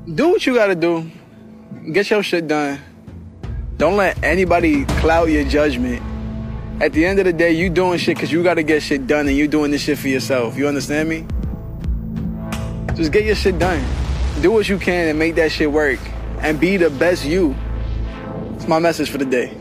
do what you gotta do. Get your shit done. Don't let anybody cloud your judgment. At the end of the day, you doing shit because you gotta get shit done and you doing this shit for yourself. You understand me? Just get your shit done. Do what you can and make that shit work. And be the best you. It's my message for the day.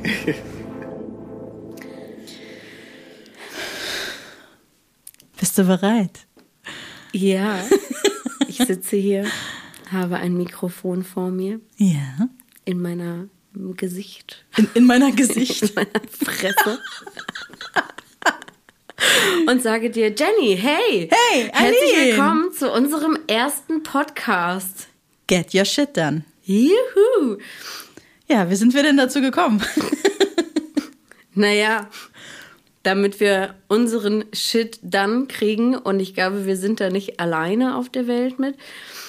Bist du bereit? Ja, ich sitze hier, habe ein Mikrofon vor mir. Ja. In meiner Gesicht. In meiner Gesicht. In meiner Fresse. Und sage dir, Jenny, hey! Hey, herzlich Aline. willkommen zu unserem ersten Podcast. Get your shit done. Juhu! Ja, wie sind wir denn dazu gekommen? Naja, damit wir unseren Shit done kriegen. Und ich glaube, wir sind da nicht alleine auf der Welt mit.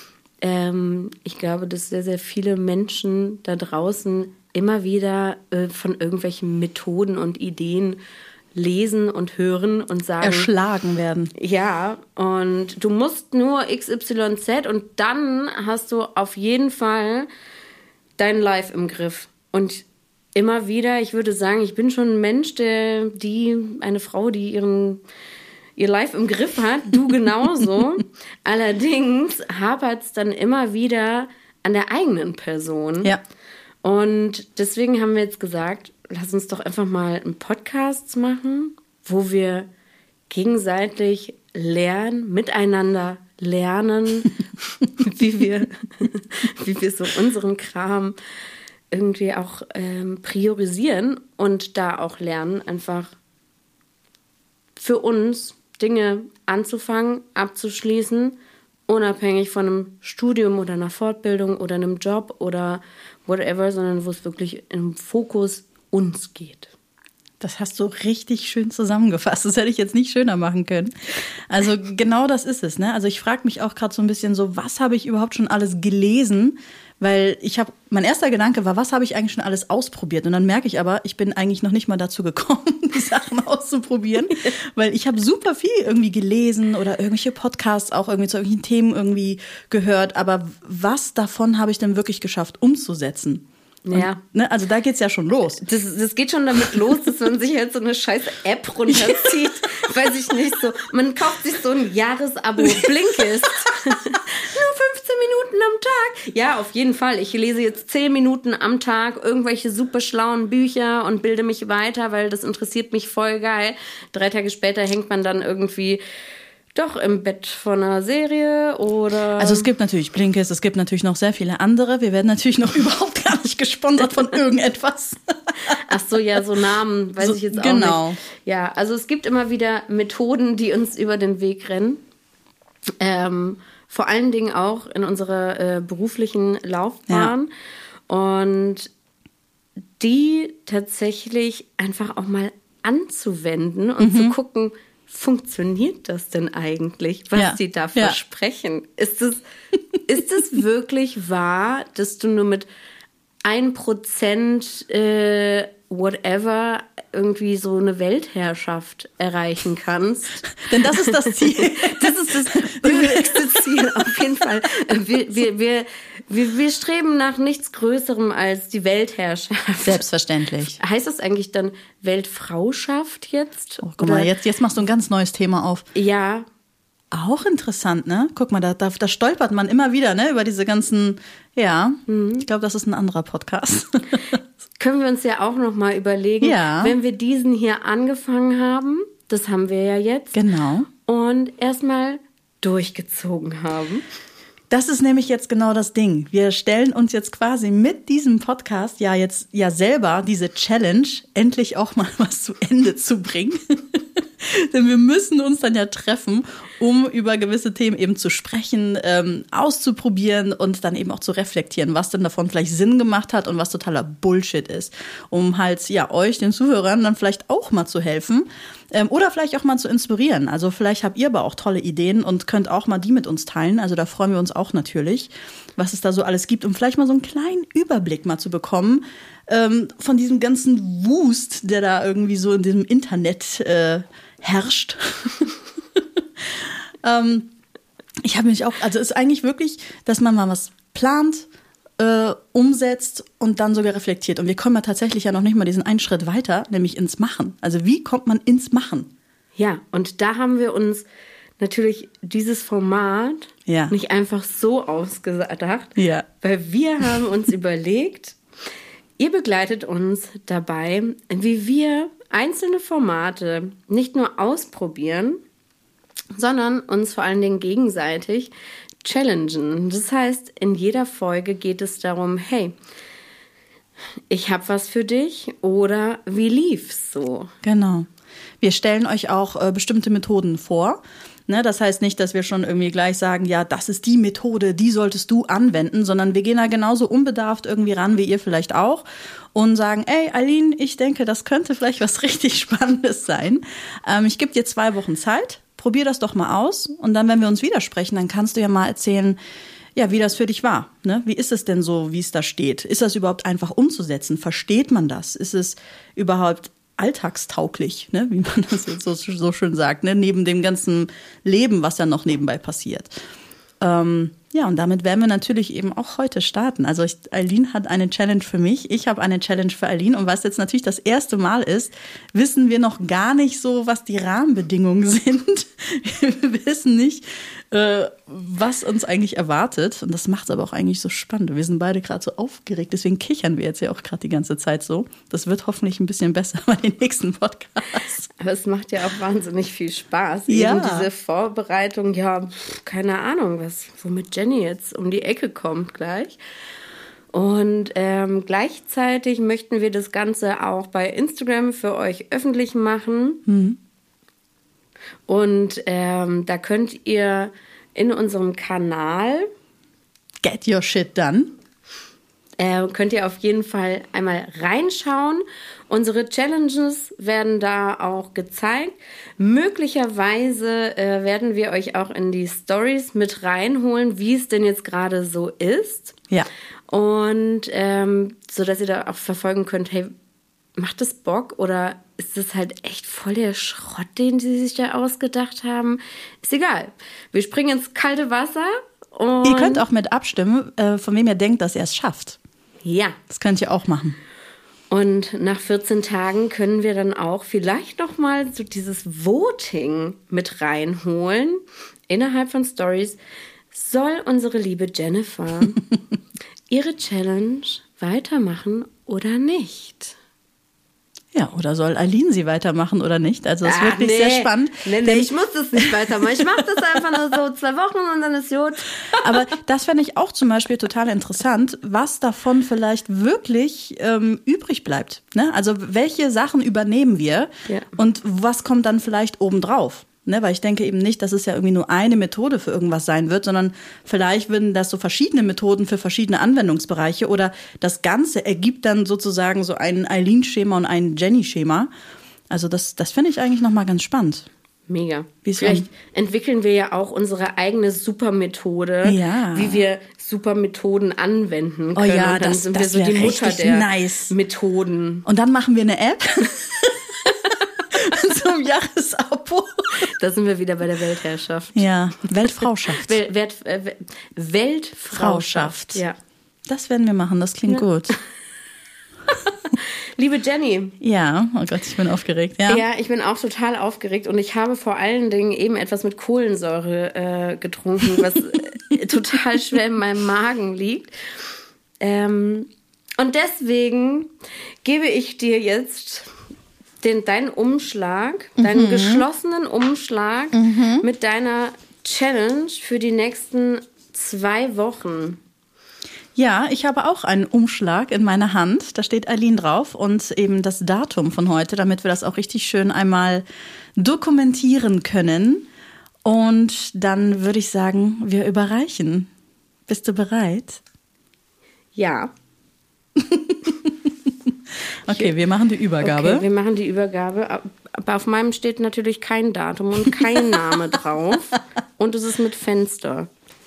Ich glaube, dass sehr, sehr viele Menschen da draußen immer wieder von irgendwelchen Methoden und Ideen lesen und hören und sagen... Erschlagen werden. Ja, und du musst nur XYZ und dann hast du auf jeden Fall dein Life im Griff. Und immer wieder, ich würde sagen, ich bin schon ein Mensch, eine Frau, die ihr Life im Griff hat, du genauso. Allerdings hapert es dann immer wieder an der eigenen Person. Ja. Und deswegen haben wir jetzt gesagt, lass uns doch einfach mal einen Podcast machen, wo wir gegenseitig miteinander lernen, wie wir so unseren Kram irgendwie auch priorisieren und da auch lernen, einfach für uns Dinge anzufangen, abzuschließen, unabhängig von einem Studium oder einer Fortbildung oder einem Job oder whatever, sondern wo es wirklich im Fokus uns geht. Das hast du richtig schön zusammengefasst. Das hätte ich jetzt nicht schöner machen können. Also genau das ist es, ne? Also ich frage mich auch gerade so ein bisschen so, was habe ich überhaupt schon alles gelesen? Weil mein erster Gedanke war, was habe ich eigentlich schon alles ausprobiert? Und dann merke ich aber, ich bin eigentlich noch nicht mal dazu gekommen, die Sachen auszuprobieren. Weil ich habe super viel irgendwie gelesen oder irgendwelche Podcasts auch irgendwie zu irgendwelchen Themen irgendwie gehört. Aber was davon habe ich denn wirklich geschafft umzusetzen? Ja. Und, ne, also da geht's ja schon los. Das geht schon damit los, dass man sich halt so eine scheiß App runterzieht. Weiß ich nicht, so. Man kauft sich so ein Jahresabo, Blinkist. Nur 15 Minuten am Tag. Ja, auf jeden Fall. Ich lese jetzt 10 Minuten am Tag irgendwelche super schlauen Bücher und bilde mich weiter, weil das interessiert mich voll geil. 3 Tage später hängt man dann irgendwie doch im Bett von einer Serie oder... Also es gibt natürlich Blinkist, es gibt natürlich noch sehr viele andere. Wir werden natürlich noch überhaupt gar nicht gesponsert von irgendetwas. Ach so, ja, so Namen weiß ich jetzt auch genau. nicht. Ja, also es gibt immer wieder Methoden, die uns über den Weg rennen. Vor allen Dingen auch in unserer beruflichen Laufbahn. Ja. Und die tatsächlich einfach auch mal anzuwenden und zu gucken, funktioniert das denn eigentlich, was die da versprechen? Ist es wirklich wahr, dass du nur mit 1% whatever irgendwie so eine Weltherrschaft erreichen kannst? Denn das ist das Ziel. Das ist das höchste Ziel, auf jeden Fall. Wir streben nach nichts Größerem als die Weltherrschaft. Selbstverständlich. Heißt das eigentlich dann Weltfrauschaft jetzt? Oh, guck mal, jetzt machst du ein ganz neues Thema auf. Ja. Auch interessant, ne? Guck mal, da stolpert man immer wieder, ne? Über diese ganzen, ich glaube, das ist ein anderer Podcast. Können wir uns ja auch noch mal überlegen, wenn wir diesen hier angefangen haben, das haben wir ja jetzt. Genau. Und erstmal durchgezogen haben. Das ist nämlich jetzt genau das Ding. Wir stellen uns jetzt quasi mit diesem Podcast selber diese Challenge, endlich auch mal was zu Ende zu bringen. Denn wir müssen uns dann ja treffen, um über gewisse Themen eben zu sprechen, auszuprobieren und dann eben auch zu reflektieren, was denn davon vielleicht Sinn gemacht hat und was totaler Bullshit ist. Um halt, euch, den Zuhörern, dann vielleicht auch mal zu helfen oder vielleicht auch mal zu inspirieren. Also vielleicht habt ihr aber auch tolle Ideen und könnt auch mal die mit uns teilen. Also da freuen wir uns auch natürlich, was es da so alles gibt, um vielleicht mal so einen kleinen Überblick mal zu bekommen von diesem ganzen Wust, der da irgendwie so in diesem Internet herrscht. Ich habe mich auch, also ist eigentlich wirklich, dass man mal was plant, umsetzt und dann sogar reflektiert. Und wir kommen ja tatsächlich ja noch nicht mal diesen einen Schritt weiter, nämlich ins Machen. Also wie kommt man ins Machen? Ja, und da haben wir uns natürlich dieses Format nicht einfach so ausgedacht, weil wir haben uns überlegt, ihr begleitet uns dabei, wie wir einzelne Formate nicht nur ausprobieren, sondern uns vor allen Dingen gegenseitig challengen. Das heißt, in jeder Folge geht es darum, hey, ich habe was für dich oder wie lief's so? Genau. Wir stellen euch auch bestimmte Methoden vor. Ne, das heißt nicht, dass wir schon irgendwie gleich sagen, ja, das ist die Methode, die solltest du anwenden, sondern wir gehen da genauso unbedarft irgendwie ran, wie ihr vielleicht auch und sagen, ey, Aline, ich denke, das könnte vielleicht was richtig Spannendes sein. Ich gebe dir 2 Wochen Zeit. Probier das doch mal aus und dann, wenn wir uns widersprechen, dann kannst du ja mal erzählen, ja, wie das für dich war. Ne? Wie ist es denn so, wie es da steht? Ist das überhaupt einfach umzusetzen? Versteht man das? Ist es überhaupt alltagstauglich, ne? Wie man das jetzt so schön sagt, ne? Neben dem ganzen Leben, was ja noch nebenbei passiert. Ja, und damit werden wir natürlich eben auch heute starten. Also Aline hat eine Challenge für mich, ich habe eine Challenge für Aline. Und was jetzt natürlich das erste Mal ist, wissen wir noch gar nicht so, was die Rahmenbedingungen sind. Wir wissen nicht, was uns eigentlich erwartet. Und das macht es aber auch eigentlich so spannend. Wir sind beide gerade so aufgeregt, deswegen kichern wir jetzt ja auch gerade die ganze Zeit so. Das wird hoffentlich ein bisschen besser bei den nächsten Podcasts. Aber es macht ja auch wahnsinnig viel Spaß. Ja. Eben diese Vorbereitung, ja, keine Ahnung, womit Jenny jetzt um die Ecke kommt gleich. Und gleichzeitig möchten wir das Ganze auch bei Instagram für euch öffentlich machen. Mhm. Und da könnt ihr in unserem Kanal Get Your Shit Done. Könnt ihr auf jeden Fall einmal reinschauen. Unsere Challenges werden da auch gezeigt. Möglicherweise werden wir euch auch in die Stories mit reinholen, wie es denn jetzt gerade so ist. Ja. Und so, dass ihr da auch verfolgen könnt, hey, macht das Bock oder ist das halt echt voll der Schrott, den sie sich da ausgedacht haben? Ist egal. Wir springen ins kalte Wasser. Und ihr könnt auch mit abstimmen, von wem ihr denkt, dass er es schafft. Ja. Das könnt ihr auch machen. Und nach 14 Tagen können wir dann auch vielleicht noch mal so dieses Voting mit reinholen. Innerhalb von Stories soll unsere liebe Jennifer ihre Challenge weitermachen oder nicht? Ja, oder soll Aline sie weitermachen oder nicht? Also es ist wirklich sehr spannend. Nee, ich muss das nicht weitermachen. Ich mache das einfach nur so 2 Wochen und dann ist gut. Aber das fände ich auch zum Beispiel total interessant, was davon vielleicht wirklich übrig bleibt. Ne? Also welche Sachen übernehmen wir und was kommt dann vielleicht obendrauf? Ne, weil ich denke eben nicht, dass es ja irgendwie nur eine Methode für irgendwas sein wird, sondern vielleicht würden das so verschiedene Methoden für verschiedene Anwendungsbereiche oder das Ganze ergibt dann sozusagen so ein Aline-Schema und ein Jenny-Schema. Also das finde ich eigentlich nochmal ganz spannend. Mega. Vielleicht entwickeln wir ja auch unsere eigene Supermethode, wie wir Supermethoden anwenden können. Oh ja, und dann sind wir so die Mutter der Methoden. Und dann machen wir eine App zum Jahresabo. Da sind wir wieder bei der Weltherrschaft. Ja, Weltfrauschaft. Weltfrauschaft. Ja. Das werden wir machen, das klingt gut. Liebe Jenny. Ja, oh Gott, ich bin aufgeregt. Ja, ich bin auch total aufgeregt und ich habe vor allen Dingen eben etwas mit Kohlensäure getrunken, was total schwer in meinem Magen liegt. Und deswegen gebe ich dir jetzt deinen Umschlag, deinen geschlossenen Umschlag mit deiner Challenge für die nächsten 2 Wochen. Ja, ich habe auch einen Umschlag in meiner Hand. Da steht Aline drauf und eben das Datum von heute, damit wir das auch richtig schön einmal dokumentieren können. Und dann würde ich sagen, wir überreichen. Bist du bereit? Ja. Okay, wir machen die Übergabe. Okay, wir machen die Übergabe. Aber auf meinem steht natürlich kein Datum und kein Name drauf. Und es ist mit Fenster.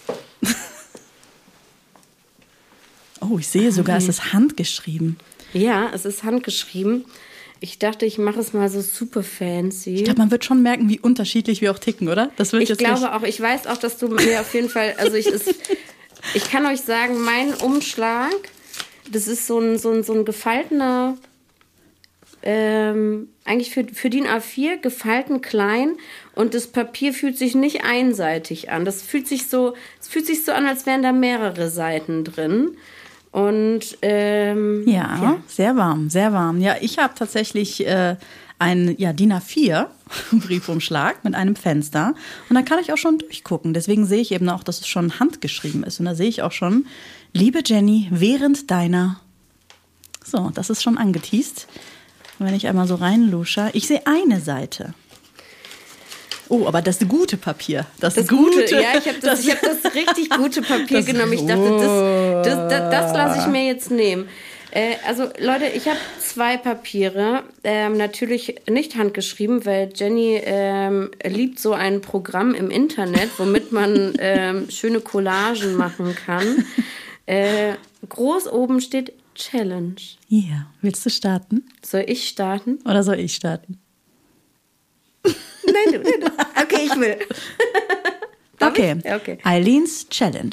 Oh, ich sehe sogar, es ist handgeschrieben. Ja, es ist handgeschrieben. Ich dachte, ich mache es mal so super fancy. Ich glaube, man wird schon merken, wie unterschiedlich wir auch ticken, oder? Das wird ich glaube auch. Ich weiß auch, dass du mir auf jeden Fall... Also Ich kann euch sagen, mein Umschlag, das ist so ein gefaltener, eigentlich für DIN A4, gefalten klein, und das Papier fühlt sich nicht einseitig an. Es fühlt sich so an, als wären da mehrere Seiten drin. Und ja, sehr warm, sehr warm. Ja, ich habe tatsächlich einen DIN A4 Briefumschlag mit einem Fenster, und da kann ich auch schon durchgucken. Deswegen sehe ich eben auch, dass es schon handgeschrieben ist, und da sehe ich auch schon: Liebe Jenny, während deiner. So, das ist schon angeteast. Und wenn ich einmal so reinlusche, ich sehe eine Seite. Oh, aber das gute Papier. Das gute. Ja, ich habe das richtig gute Papier genommen. Ich dachte, das lasse ich mir jetzt nehmen. Also Leute, ich habe 2 Papiere, natürlich nicht handgeschrieben, weil Jenny liebt so ein Programm im Internet, womit man schöne Collagen machen kann. Groß oben steht Challenge. Ja, willst du starten? Soll ich starten? Oder soll ich starten? Nein, du. Okay, ich will. Okay. Eileens Challenge.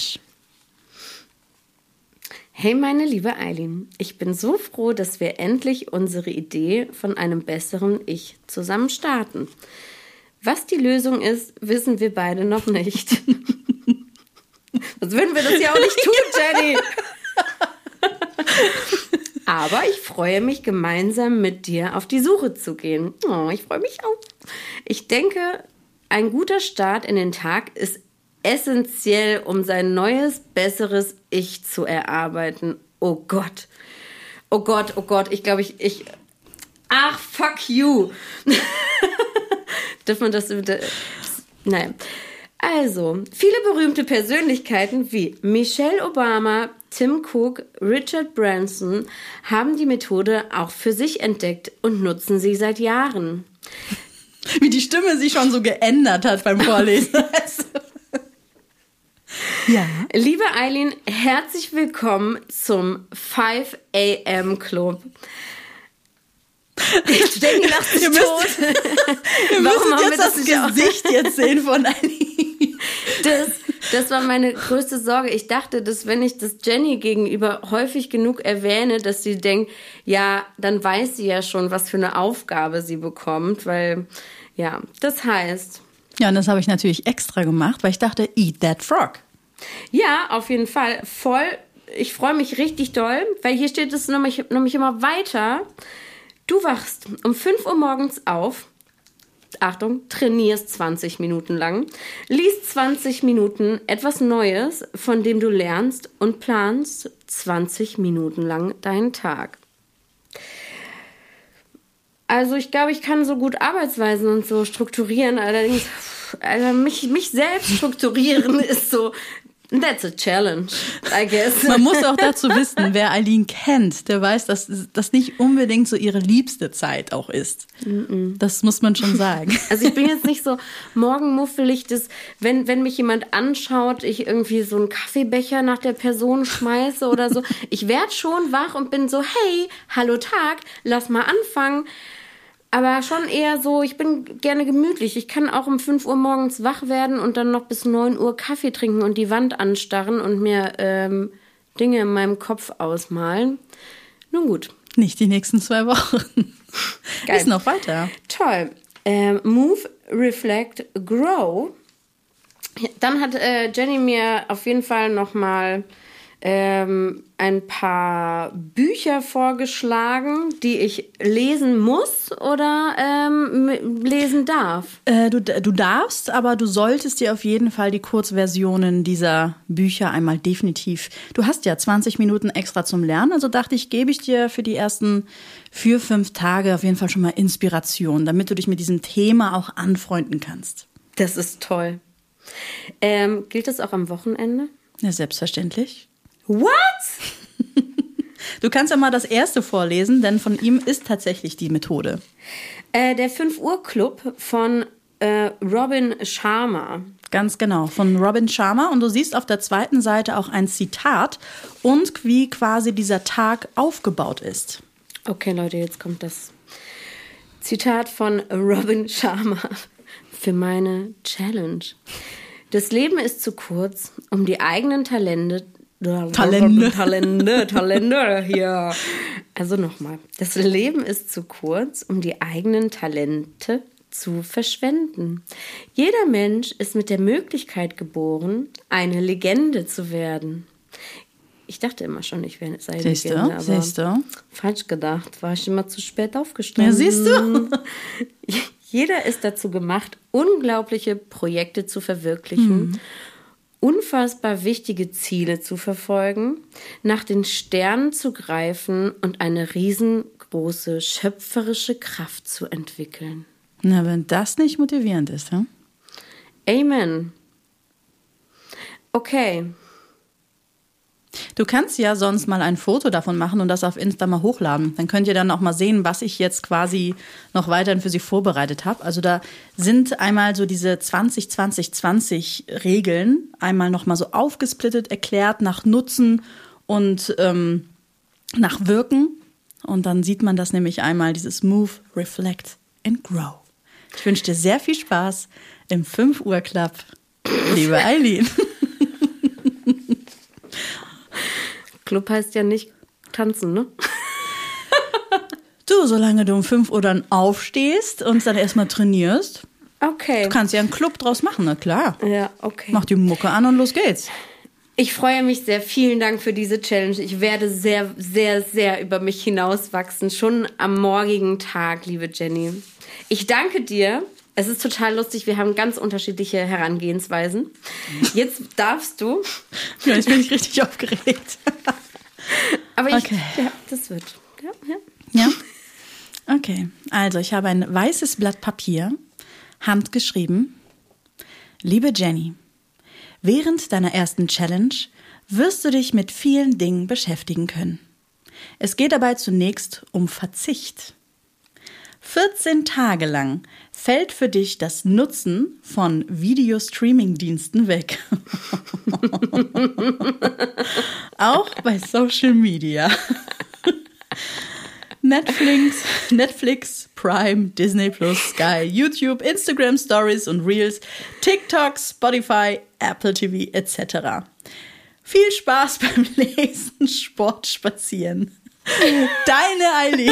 Hey, meine liebe Eileen, ich bin so froh, dass wir endlich unsere Idee von einem besseren Ich zusammen starten. Was die Lösung ist, wissen wir beide noch nicht. Sonst würden wir das ja auch nicht tun, Jenny. Aber ich freue mich, gemeinsam mit dir auf die Suche zu gehen. Oh, ich freue mich auch. Ich denke, ein guter Start in den Tag ist essentiell, um sein neues, besseres Ich zu erarbeiten. Oh Gott. Oh Gott, oh Gott. Ich glaube, Ach, fuck you. Darf man das... Nein. Also, viele berühmte Persönlichkeiten wie Michelle Obama, Tim Cook, Richard Branson haben die Methode auch für sich entdeckt und nutzen sie seit Jahren. Wie die Stimme sich schon so geändert hat beim Vorlesen. Ja. Liebe Eileen, herzlich willkommen zum 5 AM Club. Jenny lacht sich tot. Wir müssen jetzt das Gesicht jetzt sehen von Eileen. Das war meine größte Sorge. Ich dachte, dass wenn ich das Jenny gegenüber häufig genug erwähne, dass sie denkt, ja, dann weiß sie ja schon, was für eine Aufgabe sie bekommt, weil, ja, das heißt... Ja, und das habe ich natürlich extra gemacht, weil ich dachte, eat that frog. Ja, auf jeden Fall. Voll. Ich freue mich richtig doll, weil hier steht es nämlich immer weiter. Du wachst um 5 Uhr morgens auf, Achtung, trainierst 20 Minuten lang, liest 20 Minuten etwas Neues, von dem du lernst, und planst 20 Minuten lang deinen Tag. Also ich glaube, ich kann so gut Arbeitsweisen und so strukturieren, allerdings mich selbst strukturieren ist so... That's a challenge, I guess. Man muss auch dazu wissen, wer Eileen kennt, der weiß, dass das nicht unbedingt so ihre liebste Zeit auch ist. Das muss man schon sagen. Also ich bin jetzt nicht so morgenmuffelig, dass wenn mich jemand anschaut, ich irgendwie so einen Kaffeebecher nach der Person schmeiße oder so. Ich werde schon wach und bin so, hey, hallo Tag, lass mal anfangen. Aber schon eher so, ich bin gerne gemütlich. Ich kann auch um 5 Uhr morgens wach werden und dann noch bis 9 Uhr Kaffee trinken und die Wand anstarren und mir Dinge in meinem Kopf ausmalen. Nun gut. Nicht die nächsten 2 Wochen. Geil. Ist noch weiter. Toll. Move, Reflect, Grow. Dann hat Jenny mir auf jeden Fall nochmal ein paar Bücher vorgeschlagen, die ich lesen muss oder lesen darf. Du darfst, aber du solltest dir auf jeden Fall die Kurzversionen dieser Bücher einmal definitiv... Du hast ja 20 Minuten extra zum Lernen, also dachte ich, gebe ich dir für die ersten 4-5 Tage auf jeden Fall schon mal Inspiration, damit du dich mit diesem Thema auch anfreunden kannst. Das ist toll. Gilt das auch am Wochenende? Ja, selbstverständlich. What? Du kannst ja mal das erste vorlesen, denn von ihm ist tatsächlich die Methode. Der 5 Uhr Club von Robin Sharma. Ganz genau, von Robin Sharma. Und du siehst auf der zweiten Seite auch ein Zitat und wie quasi dieser Tag aufgebaut ist. Okay, Leute, jetzt kommt das Zitat von Robin Sharma für meine Challenge. Das Leben ist zu kurz, um die eigenen Talente hier. Also nochmal. Das Leben ist zu kurz, um die eigenen Talente zu verschwenden. Jeder Mensch ist mit der Möglichkeit geboren, eine Legende zu werden. Ich dachte immer schon, ich sei eine Legende, aber Siehst du? falsch gedacht. War ich immer zu spät aufgestanden. Ja, siehst du? Jeder ist dazu gemacht, unglaubliche Projekte zu verwirklichen, unfassbar wichtige Ziele zu verfolgen, nach den Sternen zu greifen und eine riesengroße schöpferische Kraft zu entwickeln. Na, wenn das nicht motivierend ist, ja? Amen. Okay. Du kannst ja sonst mal ein Foto davon machen und das auf Insta mal hochladen. Dann könnt ihr dann auch mal sehen, was ich jetzt quasi noch weiterhin für sie vorbereitet habe. Also da sind einmal so diese 20-20-20-Regeln einmal noch mal so aufgesplittet, erklärt nach Nutzen und nach Wirken. Und dann sieht man das nämlich einmal, dieses Move, Reflect and Grow. Ich wünsche dir sehr viel Spaß im 5 Uhr Club, liebe Eileen. Club heißt ja nicht tanzen, ne? Du, solange du um 5 Uhr dann aufstehst und dann erstmal trainierst, Okay. du kannst ja einen Club draus machen, na klar. Ja, okay. Mach die Mucke an und los geht's. Ich freue mich sehr. Vielen Dank für diese Challenge. Ich werde sehr, sehr, sehr über mich hinauswachsen. Schon am morgigen Tag, liebe Jenny. Ich danke dir. Es ist total lustig. Wir haben ganz unterschiedliche Herangehensweisen. Jetzt darfst du. Ja, jetzt bin ich richtig aufgeregt. Aber Okay. Ja, das wird. Ja. Ja? Okay. Also, ich habe ein weißes Blatt Papier, handgeschrieben. Liebe Jenny, während deiner ersten Challenge wirst du dich mit vielen Dingen beschäftigen können. Es geht dabei zunächst um Verzicht. 14 Tage lang fällt für dich das Nutzen von Videostreaming-Diensten weg. Auch bei Social Media. Netflix, Prime, Disney Plus, Sky, YouTube, Instagram Stories und Reels, TikTok, Spotify, Apple TV etc. Viel Spaß beim Lesen, Sport, Spazieren. Deine Eileen.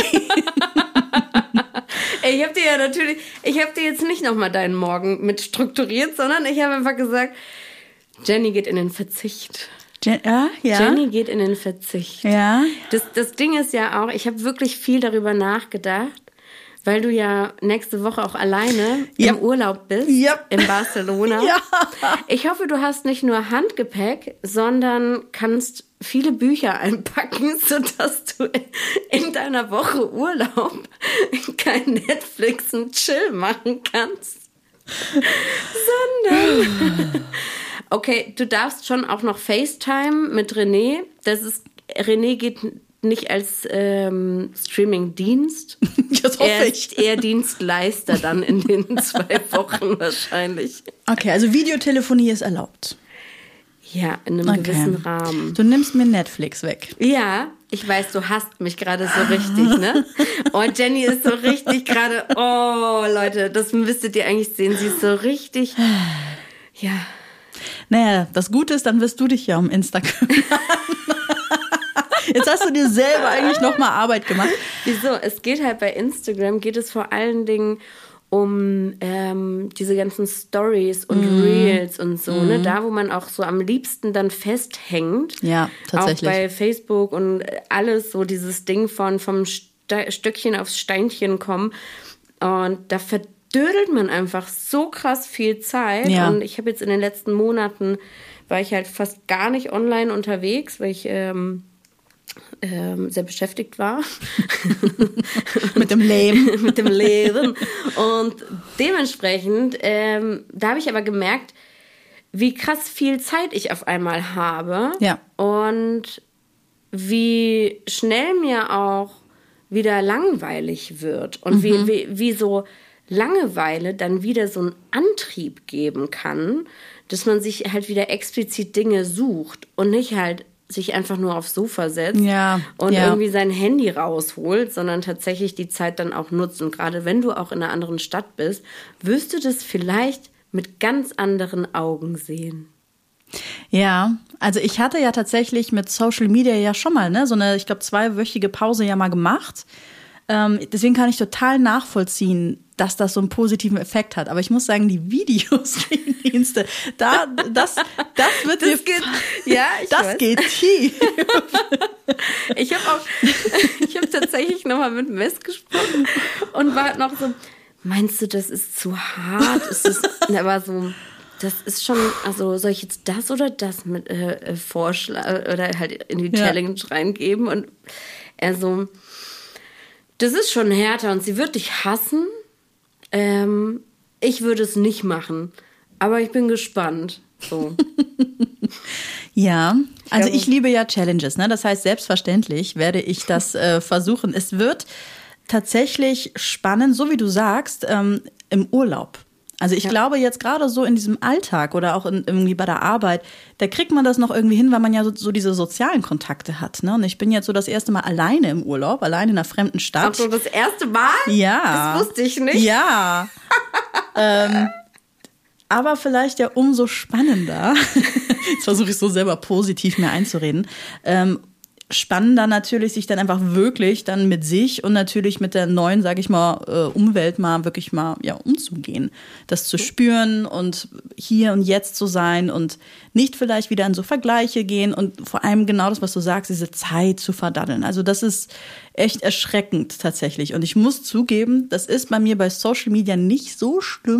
Ey, ich habe dir jetzt nicht nochmal deinen Morgen mit strukturiert, sondern ich habe einfach gesagt, Jenny geht in den Verzicht. Ja. Jenny geht in den Verzicht. Ja. Das Ding ist ja auch, ich habe wirklich viel darüber nachgedacht, weil du ja nächste Woche auch alleine im Urlaub bist, in Barcelona. Ja. Ich hoffe, du hast nicht nur Handgepäck, sondern kannst viele Bücher einpacken, sodass du in deiner Woche Urlaub kein Netflix und Chill machen kannst, sondern... Okay, du darfst schon auch noch FaceTime mit René. René geht nicht als Streaming-Dienst. Das hoffe ich. Er Dienstleister dann in den 2 Wochen wahrscheinlich. Okay, also Videotelefonie ist erlaubt. Ja, in einem gewissen Rahmen. Du nimmst mir Netflix weg. Ja, ich weiß, du hasst mich gerade so richtig, ne? Oh, Jenny ist so richtig gerade, oh Leute, das müsstet ihr eigentlich sehen. Sie ist so richtig, ja... Naja, das Gute ist, dann wirst du dich ja um Insta kümmern. Jetzt hast du dir selber eigentlich nochmal Arbeit gemacht. Wieso? Es geht halt bei Instagram, geht es vor allen Dingen um diese ganzen Stories und Reels und so, ne? Da, wo man auch so am liebsten dann festhängt. Ja, tatsächlich. Auch bei Facebook und alles so dieses Ding vom Stöckchen aufs Steinchen kommen. Und da dödelt man einfach so krass viel Zeit. Ja. Und ich habe jetzt in den letzten Monaten, war ich halt fast gar nicht online unterwegs, weil ich sehr beschäftigt war. Mit dem Leben. Mit dem Leben. Und dementsprechend, da habe ich aber gemerkt, wie krass viel Zeit ich auf einmal habe. Ja. Und wie schnell mir auch wieder langweilig wird. Und wie so Langeweile dann wieder so einen Antrieb geben kann, dass man sich halt wieder explizit Dinge sucht und nicht halt sich einfach nur aufs Sofa setzt und irgendwie sein Handy rausholt, sondern tatsächlich die Zeit dann auch nutzt. Und gerade wenn du auch in einer anderen Stadt bist, wirst du das vielleicht mit ganz anderen Augen sehen. Ja, also ich hatte ja tatsächlich mit Social Media ja schon mal, ne, so eine, ich glaube, 2-wöchige Pause ja mal gemacht. Deswegen kann ich total nachvollziehen, dass das so einen positiven Effekt hat. Aber ich muss sagen, die Videostreaming-Dienste, das wird Das geht, ja, das geht tief. Ich habe tatsächlich nochmal mit Mess gesprochen und war noch so, meinst du, das ist zu hart? Aber so, das ist schon, also soll ich jetzt das oder das mit vorschlagen oder halt in die Challenge reingeben? Und er so, das ist schon härter und sie wird dich hassen. Ich würde es nicht machen, aber ich bin gespannt. So. Ja, also ich liebe ja Challenges, ne? Das heißt, selbstverständlich werde ich das versuchen. Es wird tatsächlich spannend, so wie du sagst, im Urlaub. Also ich glaube jetzt gerade so in diesem Alltag oder auch irgendwie bei der Arbeit, da kriegt man das noch irgendwie hin, weil man ja so diese sozialen Kontakte hat. Ne? Und ich bin jetzt so das erste Mal alleine im Urlaub, alleine in einer fremden Stadt. Ach so, das erste Mal? Ja. Das wusste ich nicht. Ja. Aber vielleicht ja umso spannender. Jetzt versuche ich so selber positiv mir einzureden. Spannender natürlich, sich dann einfach wirklich dann mit sich und natürlich mit der neuen, sage ich mal, Umwelt mal wirklich mal umzugehen. Das zu spüren und hier und jetzt zu sein und nicht vielleicht wieder in so Vergleiche gehen und vor allem genau das, was du sagst, diese Zeit zu verdaddeln. Also das ist echt erschreckend tatsächlich. Und ich muss zugeben, das ist bei mir bei Social Media nicht so schlimm,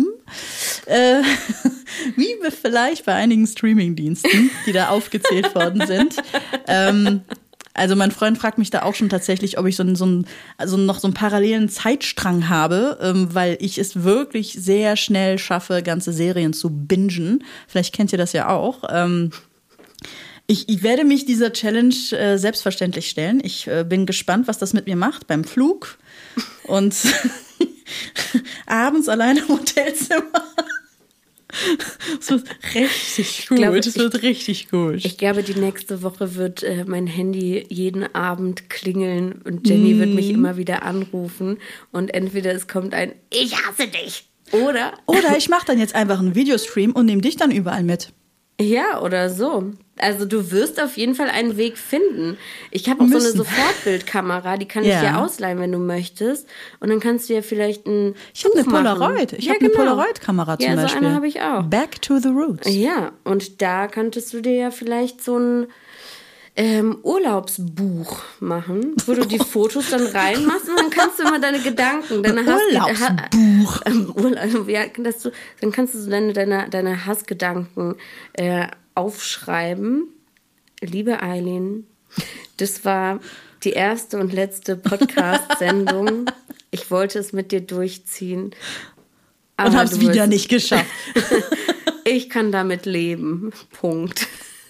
wie vielleicht bei einigen Streamingdiensten, die da aufgezählt worden sind. Also mein Freund fragt mich da auch schon tatsächlich, ob ich noch so einen parallelen Zeitstrang habe, weil ich es wirklich sehr schnell schaffe, ganze Serien zu bingen. Vielleicht kennt ihr das ja auch. Ich werde mich dieser Challenge selbstverständlich stellen. Ich bin gespannt, was das mit mir macht beim Flug und abends alleine im Hotelzimmer. Es wird richtig gut. Es wird richtig gut. Ich glaube, die nächste Woche wird mein Handy jeden Abend klingeln und Jenny wird mich immer wieder anrufen und entweder es kommt ein Ich hasse dich oder ich mache dann jetzt einfach einen Videostream und nehme dich dann überall mit. Ja, oder so. Also du wirst auf jeden Fall einen Weg finden. Ich habe auch so eine Sofortbildkamera, die kann ich dir ausleihen, wenn du möchtest. Und dann kannst du ja vielleicht ein Ich habe eine Polaroid. Ich habe eine Polaroid-Kamera zum Beispiel. Ja, so eine habe ich auch. Back to the roots. Ja, und da könntest du dir ja vielleicht so ein Urlaubsbuch machen, wo du die Fotos dann reinmachst und dann kannst du immer deine Gedanken, deine Urlaubsbuch. Dann kannst du so deine Hassgedanken aufschreiben. Liebe Eileen, das war die erste und letzte Podcast-Sendung. Ich wollte es mit dir durchziehen. Und habe es wieder nicht geschafft. Ich kann damit leben. Punkt.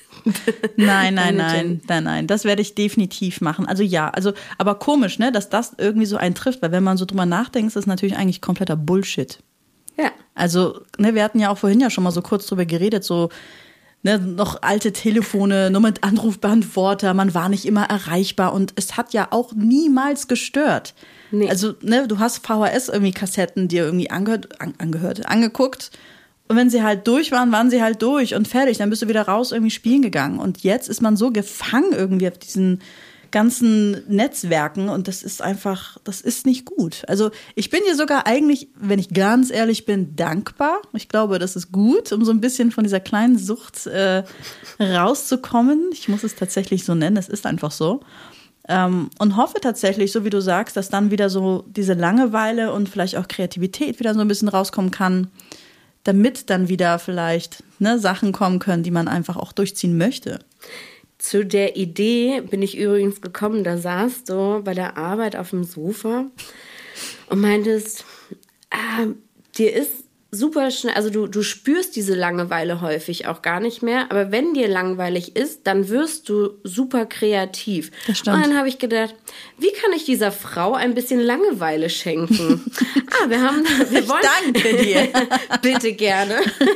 Nein. Das werde ich definitiv machen. Also ja, aber komisch, ne, dass das irgendwie so einen trifft, weil wenn man so drüber nachdenkt, ist das natürlich eigentlich kompletter Bullshit. Ja. Also, ne, wir hatten ja auch vorhin ja schon mal so kurz drüber geredet, so, ne, noch alte Telefone, nur mit Anrufbeantworter, man war nicht immer erreichbar und es hat ja auch niemals gestört. Nee. Also, ne, du hast VHS irgendwie Kassetten dir irgendwie angeguckt. Und wenn sie halt durch waren, waren sie halt durch und fertig. Dann bist du wieder raus irgendwie spielen gegangen. Und jetzt ist man so gefangen irgendwie auf diesen ganzen Netzwerken. Und das ist einfach, das ist nicht gut. Also ich bin dir sogar eigentlich, wenn ich ganz ehrlich bin, dankbar. Ich glaube, das ist gut, um so ein bisschen von dieser kleinen Sucht rauszukommen. Ich muss es tatsächlich so nennen, es ist einfach so. Und hoffe tatsächlich, so wie du sagst, dass dann wieder so diese Langeweile und vielleicht auch Kreativität wieder so ein bisschen rauskommen kann, damit dann wieder vielleicht Sachen kommen können, die man einfach auch durchziehen möchte. Zu der Idee bin ich übrigens gekommen, da saßt du bei der Arbeit auf dem Sofa und meintest, dir ist super schnell, also du spürst diese Langeweile häufig auch gar nicht mehr, aber wenn dir langweilig ist, dann wirst du super kreativ. Das stimmt. Und dann habe ich gedacht, wie kann ich dieser Frau ein bisschen Langeweile schenken? Wir wollen. Danke dir. Bitte gerne.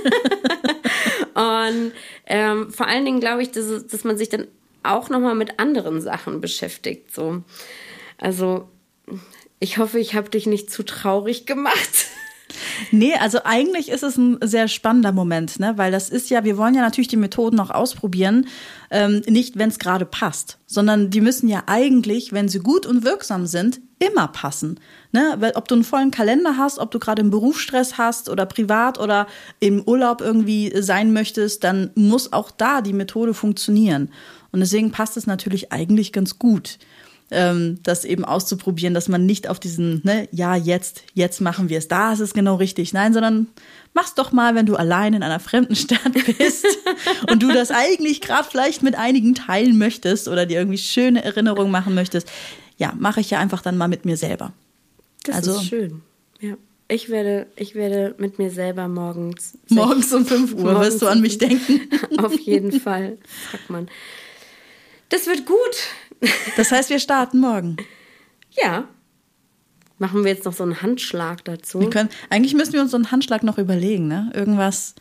Und vor allen Dingen glaube ich, dass man sich dann auch nochmal mit anderen Sachen beschäftigt. So. Also ich hoffe, ich habe dich nicht zu traurig gemacht. Nee, also eigentlich ist es ein sehr spannender Moment, ne? Weil das ist ja, wir wollen ja natürlich die Methoden noch ausprobieren, nicht, wenn es gerade passt, sondern die müssen ja eigentlich, wenn sie gut und wirksam sind, immer passen. Ne? Weil ob du einen vollen Kalender hast, ob du gerade einen Berufsstress hast oder privat oder im Urlaub irgendwie sein möchtest, dann muss auch da die Methode funktionieren. Und deswegen passt es natürlich eigentlich ganz gut, das eben auszuprobieren, dass man nicht auf diesen, ne, ja, jetzt machen wir es, da ist es genau richtig. Nein, sondern mach's doch mal, wenn du allein in einer fremden Stadt bist und du das eigentlich gerade vielleicht mit einigen teilen möchtest oder dir irgendwie schöne Erinnerungen machen möchtest. Ja, mache ich ja einfach dann mal mit mir selber. Das ist schön. Ja. Ich werde mit mir selber morgens um 5 Uhr wirst du an mich denken. Auf jeden Fall. Fuck, Mann. Das wird gut. Das heißt, wir starten morgen. Ja. Machen wir jetzt noch so einen Handschlag dazu? Eigentlich müssen wir uns so einen Handschlag noch überlegen, ne? Irgendwas.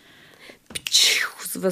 So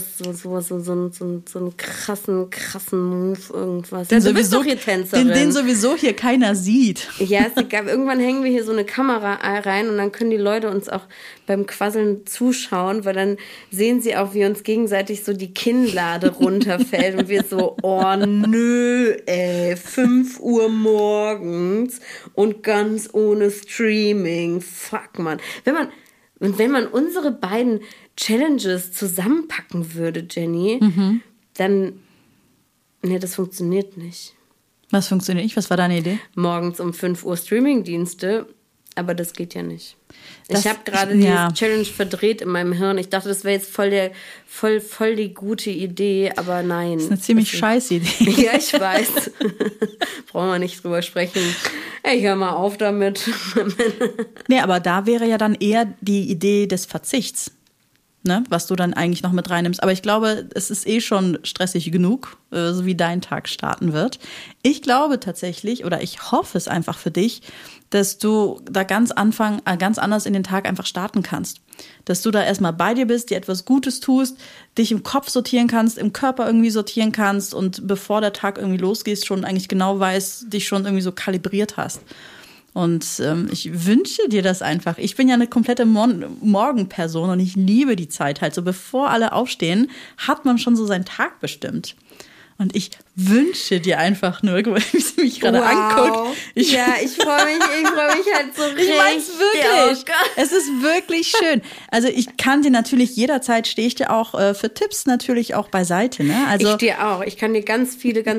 einen krassen Move, irgendwas. Ja, du bist doch hier Tänzerin. Den sowieso hier keiner sieht. Ja, irgendwann hängen wir hier so eine Kamera rein und dann können die Leute uns auch beim Quasseln zuschauen, weil dann sehen sie auch, wie uns gegenseitig so die Kinnlade runterfällt und wir so, oh nö, 5 Uhr morgens und ganz ohne Streaming. Fuck, Mann. Wenn man unsere beiden Challenges zusammenpacken würde, Jenny, dann, das funktioniert nicht. Was funktioniert nicht? Was war deine Idee? Morgens um 5 Uhr Streamingdienste, aber das geht ja nicht. Ich habe gerade die Challenge verdreht in meinem Hirn. Ich dachte, das wäre jetzt voll die gute Idee, aber nein. Das ist eine ziemlich scheiß Idee. Ja, ich weiß. Brauchen wir nicht drüber sprechen. Ich hör mal auf damit. Nee, aber da wäre ja dann eher die Idee des Verzichts. Ne, was du dann eigentlich noch mit reinnimmst. Aber ich glaube, es ist schon stressig genug, so wie dein Tag starten wird. Ich glaube tatsächlich, oder ich hoffe es einfach für dich, dass du da ganz anders in den Tag einfach starten kannst. Dass du da erstmal bei dir bist, dir etwas Gutes tust, dich im Kopf sortieren kannst, im Körper irgendwie sortieren kannst und bevor der Tag irgendwie losgeht, schon eigentlich genau weißt, dich schon irgendwie so kalibriert hast. Und ich wünsche dir das einfach. Ich bin ja eine komplette Morgenperson und ich liebe die Zeit halt. So bevor alle aufstehen, hat man schon so seinen Tag bestimmt. Und ich wünsche dir einfach nur, guck mal, wie sie mich gerade anguckt. Ich freue mich halt so richtig. Ich mein's wirklich. Oh, es ist wirklich schön. Also ich kann dir natürlich jederzeit, stehe ich dir auch für Tipps natürlich auch beiseite. Ne? Also, ich dir auch. Ich kann dir ganz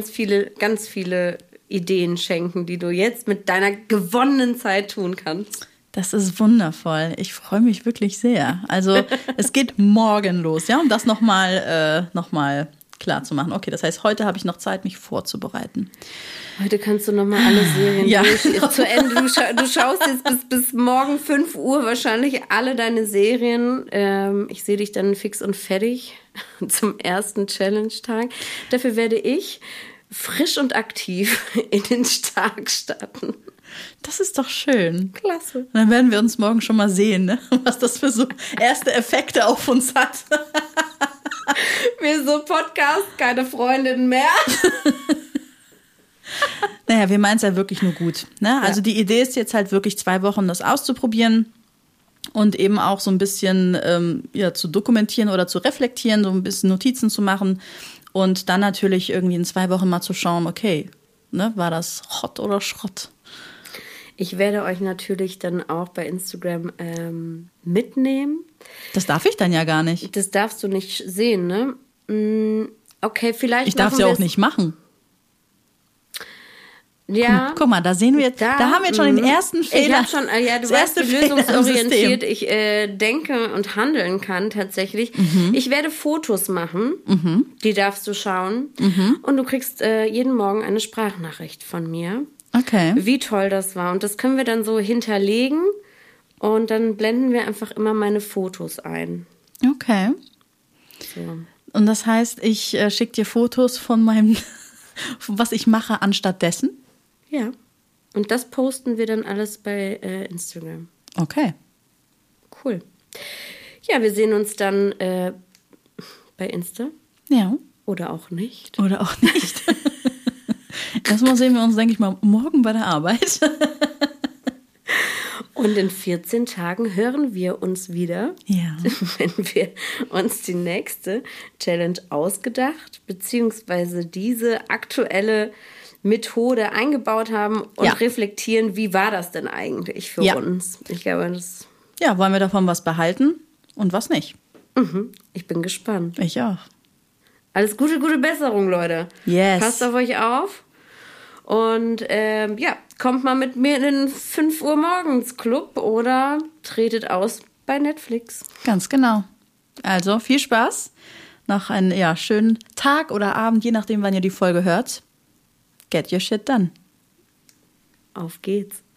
viele Ideen schenken, die du jetzt mit deiner gewonnenen Zeit tun kannst. Das ist wundervoll. Ich freue mich wirklich sehr. Also es geht morgen los, ja, um das noch mal klar zu machen. Okay, das heißt, heute habe ich noch Zeit, mich vorzubereiten. Heute kannst du noch mal alle Serien zu Ende. Du schaust jetzt bis morgen 5 Uhr wahrscheinlich alle deine Serien. Ich sehe dich dann fix und fertig zum ersten Challenge-Tag. Dafür werde ich frisch und aktiv in den Tag starten. Das ist doch schön. Klasse. Und dann werden wir uns morgen schon mal sehen, ne? Was das für so erste Effekte auf uns hat. Wir so Podcast, keine Freundin mehr. Naja, wir meinen es ja wirklich nur gut. Ne? Also die Idee ist jetzt halt wirklich 2 Wochen das auszuprobieren und eben auch so ein bisschen zu dokumentieren oder zu reflektieren, so ein bisschen Notizen zu machen und dann natürlich irgendwie in 2 Wochen mal zu schauen, okay, ne, war das Hot oder Schrott? Ich werde euch natürlich dann auch bei Instagram mitnehmen. Das darf ich dann ja gar nicht. Das darfst du nicht sehen, ne? Okay, vielleicht. Ich darf es ja auch nicht machen. Ja. Guck mal, da sehen wir jetzt, da haben wir jetzt schon den ersten Fehler. Ich habe schon, du weißt, wie lösungsorientiert ich denke und handeln kann tatsächlich. Ich werde Fotos machen, die darfst du schauen. Und du kriegst jeden Morgen eine Sprachnachricht von mir. Okay. Wie toll das war. Und das können wir dann so hinterlegen und dann blenden wir einfach immer meine Fotos ein. Okay. So. Und das heißt, ich schicke dir Fotos von meinem, was ich mache anstatt dessen? Ja. Und das posten wir dann alles bei Instagram. Okay. Cool. Ja, wir sehen uns dann bei Insta. Ja. Oder auch nicht. Oder auch nicht. Erstmal sehen wir uns, denke ich mal, morgen bei der Arbeit. Und in 14 Tagen hören wir uns wieder, Ja. wenn wir uns die nächste Challenge ausgedacht, beziehungsweise diese aktuelle Methode eingebaut haben und Ja. reflektieren, wie war das denn eigentlich für Ja. uns? Ich glaube, Ja, wollen wir davon was behalten und was nicht? ich bin gespannt. Ich auch. Alles gute Besserung, Leute. Yes. Passt auf euch auf. Und kommt mal mit mir in den 5 Uhr morgens Club oder tretet aus bei Netflix. Ganz genau. Also viel Spaß. Noch einen schönen Tag oder Abend, je nachdem, wann ihr die Folge hört. Get your shit done. Auf geht's.